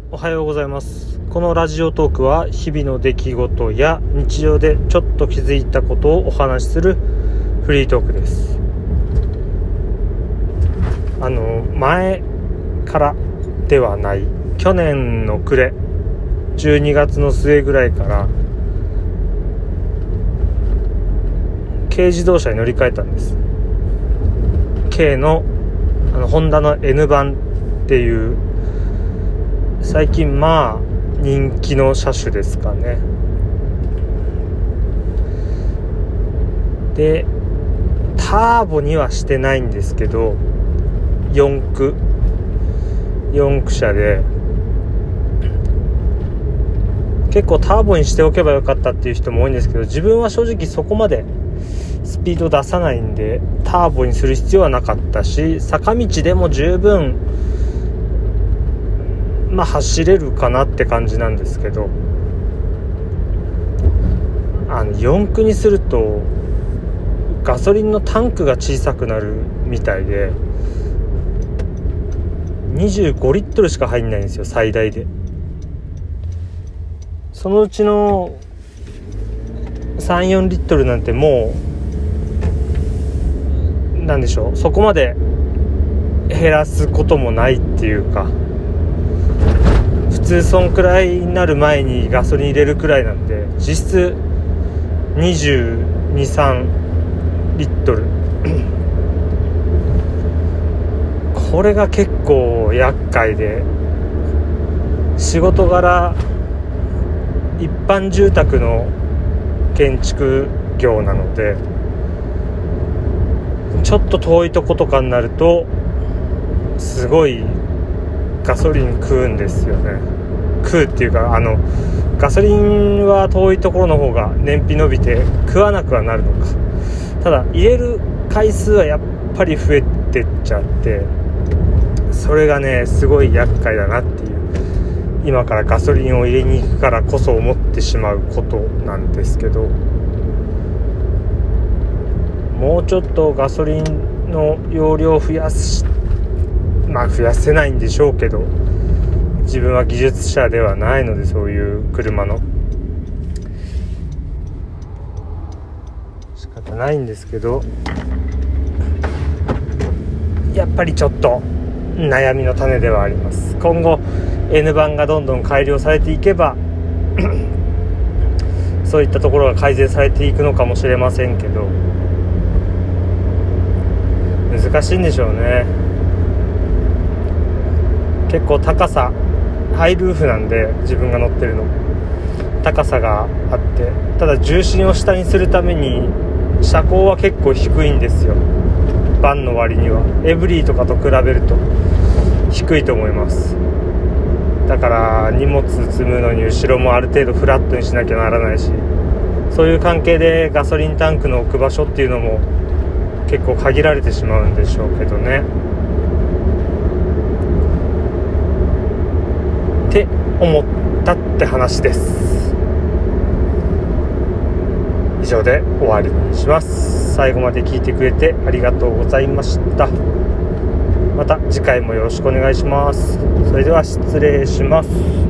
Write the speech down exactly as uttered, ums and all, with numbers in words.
おはようございます。このラジオトークは日々の出来事や日常でちょっと気づいたことをお話しするフリートークです。あの前からではない去年の暮れじゅうにがつの末ぐらいから軽自動車に乗り換えたんです。軽のあのホンダの エヌ 版っていう最近まあ人気の車種ですかね。でターボにはしてないんですけどよん駆よん駆車で結構ターボにしておけばよかったっていう人も多いんですけど、自分は正直そこまでスピード出さないんでターボにする必要はなかったし、坂道でも十分まあ走れるかなって感じなんですけど、あのよん駆にするとガソリンのタンクが小さくなるみたいでにじゅうごリットルしか入んないんですよ、最大で。そのうちのさん、よんリットルなんてもうなんでしょう、そこまで減らすこともないっていうか、普通そんくらいになる前にガソリン入れるくらいなんで実質にじゅうに、さんリットルこれが結構厄介で、仕事柄一般住宅の建築業なのでちょっと遠いとことかになるとすごいガソリン食うんですよね。食うっていうか、あのガソリンは遠いところの方が燃費伸びて食わなくはなるのか。ただ入れる回数はやっぱり増えてっちゃって、それがねすごい厄介だなっていう、今からガソリンを入れに行くからこそ思ってしまうことなんですけど、もうちょっとガソリンの容量を増やすまあ増やせないんでしょうけど、自分は技術者ではないのでそういう車の仕方ないんですけど、やっぱりちょっと悩みの種ではあります。今後 N 版がどんどん改良されていけばそういったところが改善されていくのかもしれませんけど、難しいんでしょうね。結構高さハイルーフなんで自分が乗ってるの高さがあって、ただ重心を下にするために車高は結構低いんですよ。バンの割にはエブリーとかと比べると低いと思います。だから荷物積むのに後ろもある程度フラットにしなきゃならないし、そういう関係でガソリンタンクの置く場所っていうのも結構限られてしまうんでしょうけどねって思ったって話です。以上で終わりにします。最後まで聞いてくれてありがとうございました。また次回もよろしくお願いします。それでは失礼します。